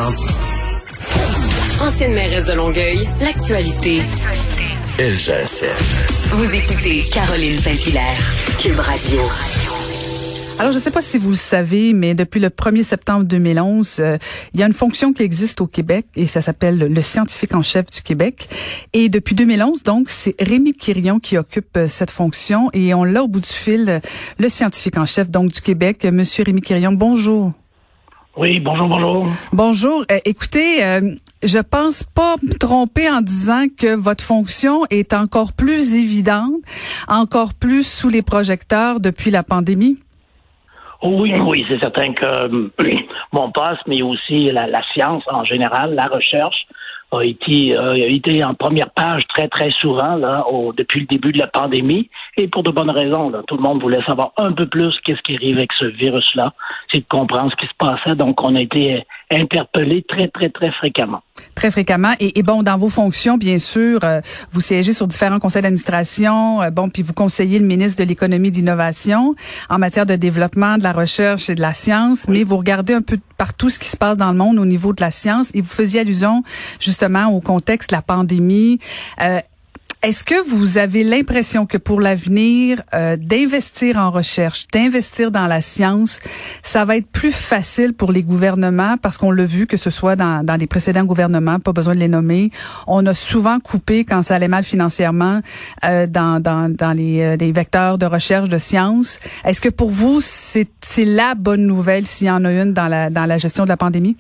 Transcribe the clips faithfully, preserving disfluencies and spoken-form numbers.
Normandie. Ancienne mairesse de Longueuil, l'actualité. L G S F. Vous écoutez Caroline Saint-Hilaire, Cube Radio. Alors, je ne sais pas si vous le savez, mais depuis le premier septembre deux mille onze, euh, il y a une fonction qui existe au Québec et ça s'appelle le scientifique en chef du Québec. Et depuis deux mille onze, donc, c'est Rémi Quirion qui occupe euh, cette fonction et on l'a au bout du fil, euh, le scientifique en chef donc du Québec. Monsieur Rémi Quirion, bonjour. Oui, bonjour, bonjour. Bonjour. Euh, écoutez, euh, je pense pas me tromper en disant que votre fonction est encore plus évidente, encore plus sous les projecteurs depuis la pandémie. Oui, oui, c'est certain que euh, mon poste, mais aussi la, la science en général, la recherche, a été, euh, a été en première page très, très souvent là, au, depuis le début de la pandémie, et pour de bonnes raisons. Là. Tout le monde voulait savoir un peu plus qu'est-ce qui arrive avec ce virus-là, c'est de comprendre ce qui se passait. Donc, on a été interpellés très, très, très fréquemment. Très fréquemment. Et, et bon, dans vos fonctions, bien sûr, euh, vous siégez sur différents conseils d'administration, euh, bon, puis vous conseillez le ministre de l'Économie et de l'Innovation en matière de développement, de la recherche et de la science, oui. Mais vous regardez un peu partout ce qui se passe dans le monde au niveau de la science et vous faisiez allusion justement au contexte de la pandémie. Euh, Est-ce que vous avez l'impression que pour l'avenir, euh, d'investir en recherche, d'investir dans la science, ça va être plus facile pour les gouvernements parce qu'on l'a vu que ce soit dans, dans les précédents gouvernements, pas besoin de les nommer, on a souvent coupé quand ça allait mal financièrement euh, dans, dans, dans les, euh, les vecteurs de recherche de science. Est-ce que pour vous, c'est, c'est la bonne nouvelle s'il y en a une dans la, dans la gestion de la pandémie?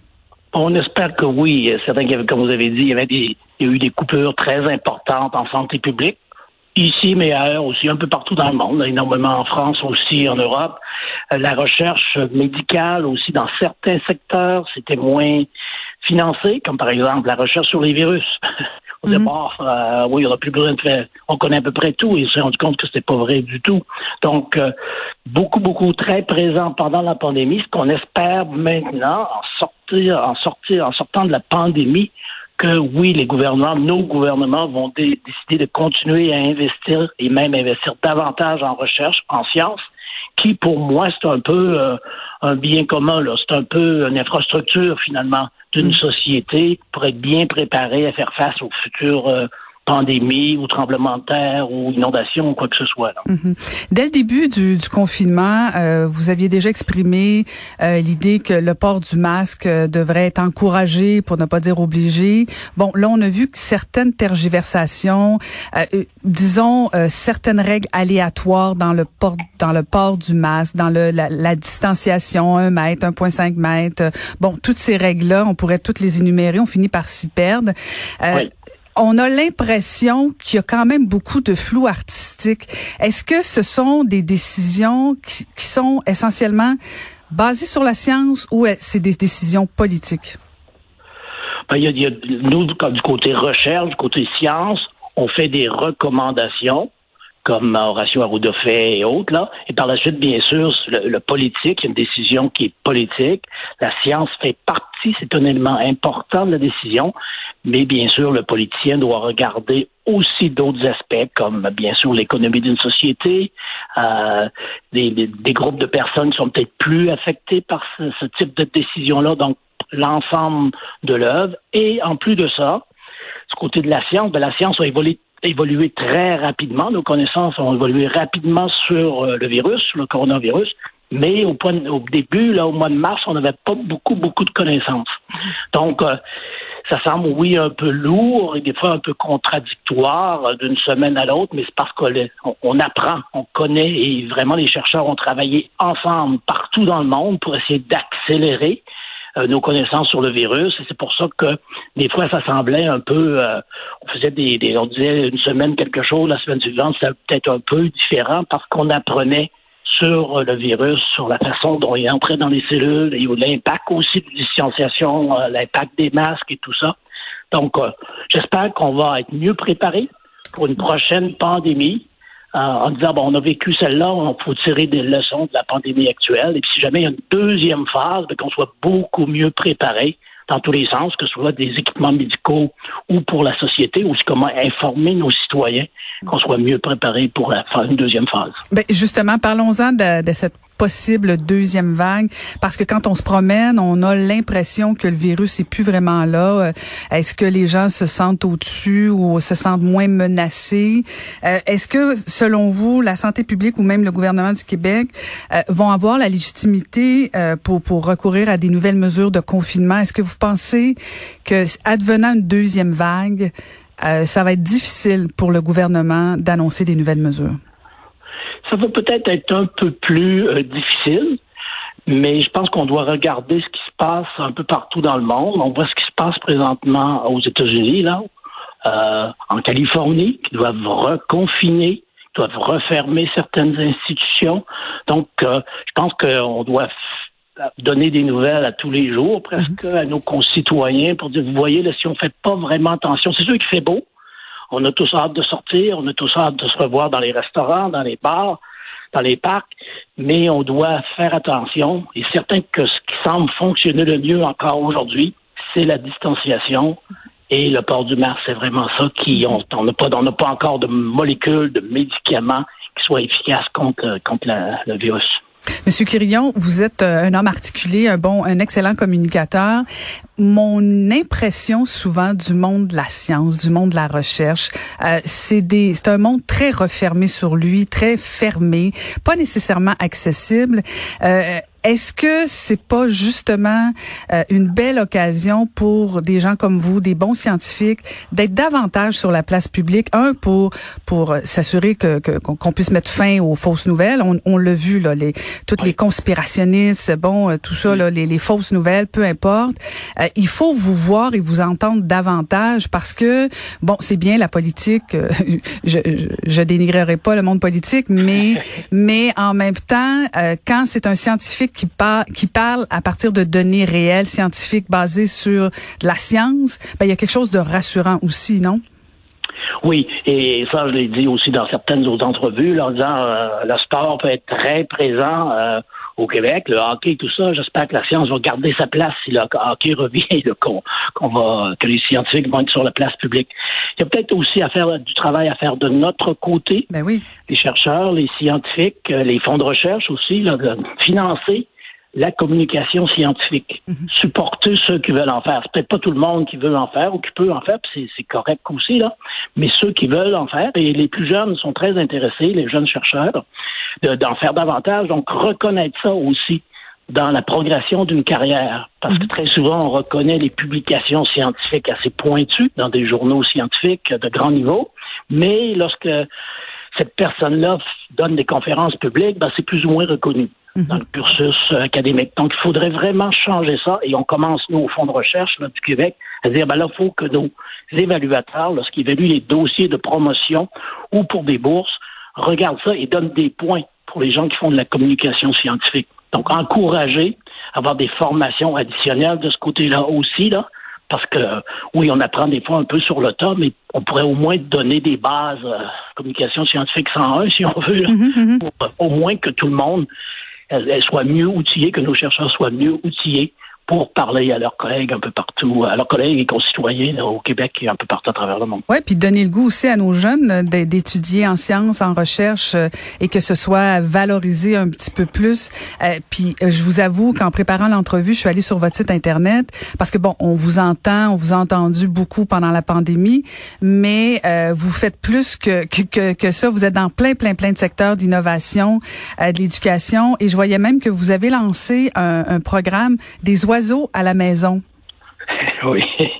On espère que oui. C'est certain que, comme vous avez dit, il y avait des, il y a eu des coupures très importantes en santé publique, ici, mais ailleurs aussi, un peu partout dans le monde, énormément en France aussi, en Europe. Euh, la recherche médicale aussi, dans certains secteurs, c'était moins financé, comme par exemple la recherche sur les virus. Au mm-hmm. départ, euh, oui, on n'a plus besoin de faire, on connaît à peu près tout, et on s'est rendu compte que c'était pas vrai du tout. Donc, euh, beaucoup, beaucoup très présent pendant la pandémie, ce qu'on espère maintenant, en sortir, en sortir, en sortant de la pandémie, que oui, les gouvernements, nos gouvernements vont dé- décider de continuer à investir et même investir davantage en recherche, en sciences, qui pour moi c'est un peu euh, un bien commun, là. C'est un peu une infrastructure finalement d'une société pour être bien préparée à faire face aux futures euh, pandémie ou tremblement de terre ou inondation ou quoi que ce soit. Là. Mm-hmm. Dès le début du, du confinement, euh, vous aviez déjà exprimé euh, l'idée que le port du masque euh, devrait être encouragé, pour ne pas dire obligé. Bon, là, on a vu que certaines tergiversations, euh, euh, disons euh, certaines règles aléatoires dans le port dans le port du masque, dans le la, la distanciation, un mètre, un virgule cinq mètres. Euh, bon, toutes ces règles-là, on pourrait toutes les énumérer, on finit par s'y perdre. Euh, oui. On a l'impression qu'il y a quand même beaucoup de flou artistique. Est-ce que ce sont des décisions qui, qui sont essentiellement basées sur la science ou c'est des décisions politiques? Ben, il y a, il y a, nous, du côté recherche, du côté science, on fait des recommandations, comme Horacio Arruda fait et autres, là. Et par la suite, bien sûr, le, le politique, il y a une décision qui est politique. La science fait partie, c'est un élément important de la décision. Mais bien sûr, le politicien doit regarder aussi d'autres aspects, comme bien sûr l'économie d'une société, euh, des, des, des groupes de personnes qui sont peut-être plus affectés par ce, ce type de décision-là, donc l'ensemble de l'œuvre. Et en plus de ça, du côté de la science, ben, la science a évolué évolué très rapidement. Nos connaissances ont évolué rapidement sur euh, le virus, sur le coronavirus, mais au, point, au début, là, au mois de mars, on n'avait pas beaucoup, beaucoup de connaissances. Donc, euh, ça semble, oui, un peu lourd et des fois un peu contradictoire euh, d'une semaine à l'autre, mais c'est parce qu'on on, on apprend, on connaît et vraiment les chercheurs ont travaillé ensemble partout dans le monde pour essayer d'accélérer Euh, nos connaissances sur le virus. Et c'est pour ça que des fois, ça semblait un peu... Euh, on faisait des, des... On disait une semaine quelque chose, la semaine suivante, c'était peut-être un peu différent parce qu'on apprenait sur le virus, sur la façon dont il entrait dans les cellules, et l'impact aussi de la distanciation, euh, l'impact des masques et tout ça. Donc, euh, j'espère qu'on va être mieux préparé pour une prochaine pandémie. Euh, en disant, bon, on a vécu celle-là, on faut tirer des leçons de la pandémie actuelle. Et puis, si jamais il y a une deuxième phase, bien, qu'on soit beaucoup mieux préparé dans tous les sens, que ce soit des équipements médicaux ou pour la société, ou comment informer nos citoyens, qu'on soit mieux préparé pour la, une deuxième phase. Ben justement, parlons-en de, de cette possible deuxième vague? Parce que quand on se promène, on a l'impression que le virus est plus vraiment là. Est-ce que les gens se sentent au-dessus ou se sentent moins menacés? Euh, est-ce que, selon vous, la santé publique ou même le gouvernement du Québec euh, vont avoir la légitimité euh, pour, pour recourir à des nouvelles mesures de confinement? Est-ce que vous pensez que, advenant une deuxième vague, euh, ça va être difficile pour le gouvernement d'annoncer des nouvelles mesures? Ça va peut-être être un peu plus euh, difficile, mais je pense qu'on doit regarder ce qui se passe un peu partout dans le monde. On voit ce qui se passe présentement aux États-Unis, là, euh, en Californie, qui doivent reconfiner, qui doivent refermer certaines institutions. Donc, euh, je pense qu'on doit f- donner des nouvelles à tous les jours, presque, mm-hmm. à nos concitoyens, pour dire, vous voyez, là, si on fait pas vraiment attention, c'est sûr qu'il fait beau. On a tous hâte de sortir, on a tous hâte de se revoir dans les restaurants, dans les bars, dans les parcs, mais on doit faire attention. Et c'est certain que ce qui semble fonctionner le mieux encore aujourd'hui, c'est la distanciation et le port du masque. C'est vraiment ça qui on on n'a pas on n'a pas encore de molécules, de médicaments qui soient efficaces contre contre la, le virus. Monsieur Quirillon, vous êtes un homme articulé, un bon, un excellent communicateur. Mon impression souvent du monde de la science, du monde de la recherche, euh, c'est des, c'est un monde très refermé sur lui, très fermé, pas nécessairement accessible. Euh, Est-ce que c'est pas justement euh, une belle occasion pour des gens comme vous, des bons scientifiques, d'être davantage sur la place publique, un pour pour s'assurer que, que qu'on puisse mettre fin aux fausses nouvelles. On, on l'a vu là, les toutes oui. les conspirationnistes, bon, euh, tout ça oui. là, les, les fausses nouvelles, peu importe. Euh, il faut vous voir et vous entendre davantage parce que bon, c'est bien la politique. Euh, je, je je dénigrerai pas le monde politique, mais mais en même temps, euh, quand c'est un scientifique qui parle, qui parle à partir de données réelles, scientifiques, basées sur de la science, ben, il y a quelque chose de rassurant aussi, non? Oui, et ça, je l'ai dit aussi dans certaines autres entrevues, là, en disant euh, le sport peut être très présent euh, au Québec, le hockey, tout ça. J'espère que la science va garder sa place si le hockey revient, là, qu'on, qu'on va, que les scientifiques vont être sur la place publique. Il y a peut-être aussi à faire du travail à faire de notre côté. Ben oui. Les chercheurs, les scientifiques, les fonds de recherche aussi, là, de financer la communication scientifique. Mm-hmm. Supporter ceux qui veulent en faire. C'est peut-être pas tout le monde qui veut en faire ou qui peut en faire, puis c'est, c'est correct aussi, là. Mais ceux qui veulent en faire, et les plus jeunes sont très intéressés, les jeunes chercheurs, de, d'en faire davantage. Donc, reconnaître ça aussi dans la progression d'une carrière. Parce que très souvent, on reconnaît les publications scientifiques assez pointues dans des journaux scientifiques de grand niveau. Mais lorsque cette personne-là donne des conférences publiques, ben, c'est plus ou moins reconnu dans le cursus académique. Donc, il faudrait vraiment changer ça. Et on commence, nous, au Fonds de recherche là, du Québec, à dire, ben là, il faut que nos évaluateurs, lorsqu'ils évaluent les dossiers de promotion ou pour des bourses, regardent ça et donnent des points pour les gens qui font de la communication scientifique. Donc, encourager, avoir des formations additionnelles de ce côté-là aussi, là, parce que, oui, on apprend des fois un peu sur le tas, mais on pourrait au moins donner des bases euh, communication scientifique cent un, si on veut, là, mm-hmm. pour euh, au moins que tout le monde elle soit mieux outillée, que nos chercheurs soient mieux outillés pour parler à leurs collègues un peu partout, à leurs collègues et concitoyens là, au Québec et un peu partout à travers le monde. Oui, puis donner le goût aussi à nos jeunes d'étudier en sciences, en recherche euh, et que ce soit valorisé un petit peu plus. Euh, puis euh, je vous avoue qu'en préparant l'entrevue, je suis allée sur votre site Internet parce que, bon, on vous entend, on vous a entendu beaucoup pendant la pandémie, mais euh, vous faites plus que, que, que, que ça. Vous êtes dans plein, plein, plein de secteurs d'innovation, euh, de l'éducation et je voyais même que vous avez lancé un, un programme des oiseaux à la maison. Oui.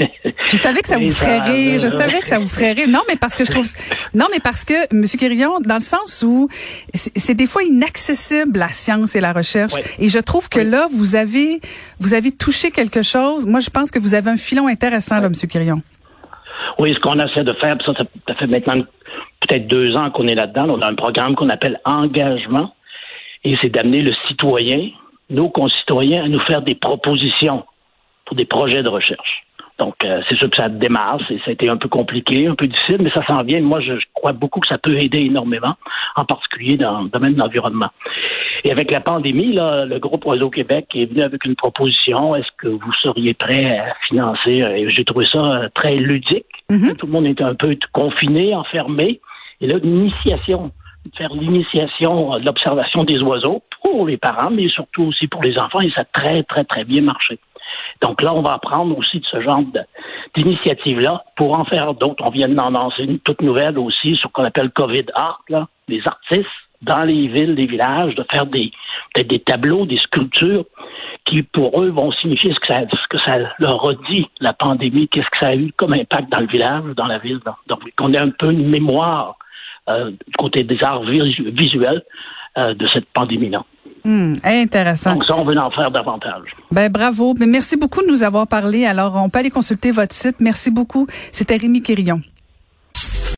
Je savais que ça oui, vous ferait ça, rire. Je savais que ça vous ferait rire. Non, mais parce que je trouve, non, mais parce que, M. Quirillon, dans le sens où c'est, c'est des fois inaccessible la science et la recherche. Oui. Et je trouve que oui. là, vous avez, vous avez touché quelque chose. Moi, je pense que vous avez un filon intéressant, oui. là, M. Quirillon. Oui, ce qu'on essaie de faire, ça, ça fait maintenant peut-être deux ans qu'on est là-dedans. On a un programme qu'on appelle Engagement. Et c'est d'amener le citoyen, nos concitoyens, à nous faire des propositions pour des projets de recherche. Donc, euh, c'est sûr que ça démarre, c'est, ça a été un peu compliqué, un peu difficile, mais ça s'en vient. Moi, je, je crois beaucoup que ça peut aider énormément, en particulier dans le domaine de l'environnement. Et avec la pandémie, là, le groupe Oiseaux Québec est venu avec une proposition. Est-ce que vous seriez prêt à financer? Et j'ai trouvé ça très ludique. Mm-hmm. Tout le monde était un peu confiné, enfermé. Et là, une initiation faire l'initiation de l'observation des oiseaux pour les parents, mais surtout aussi pour les enfants, et ça a très, très, très bien marché. Donc là, on va apprendre aussi de ce genre de, d'initiative-là pour en faire d'autres. On vient d'en lancer une toute nouvelle aussi sur ce qu'on appelle COVID Art, là, les artistes dans les villes, les villages, de faire des, peut-être des tableaux, des sculptures qui, pour eux, vont signifier ce que ça, ce que ça leur a dit, la pandémie, qu'est-ce que ça a eu comme impact dans le village, dans la ville. Donc, qu'on ait un peu une mémoire euh, du côté des arts visu- visuels euh, de cette pandémie-là. Hum, intéressant. Donc ça, on veut en faire davantage. Ben bravo. Mais merci beaucoup de nous avoir parlé. Alors, on peut aller consulter votre site. Merci beaucoup. C'était Rémi Quirillon.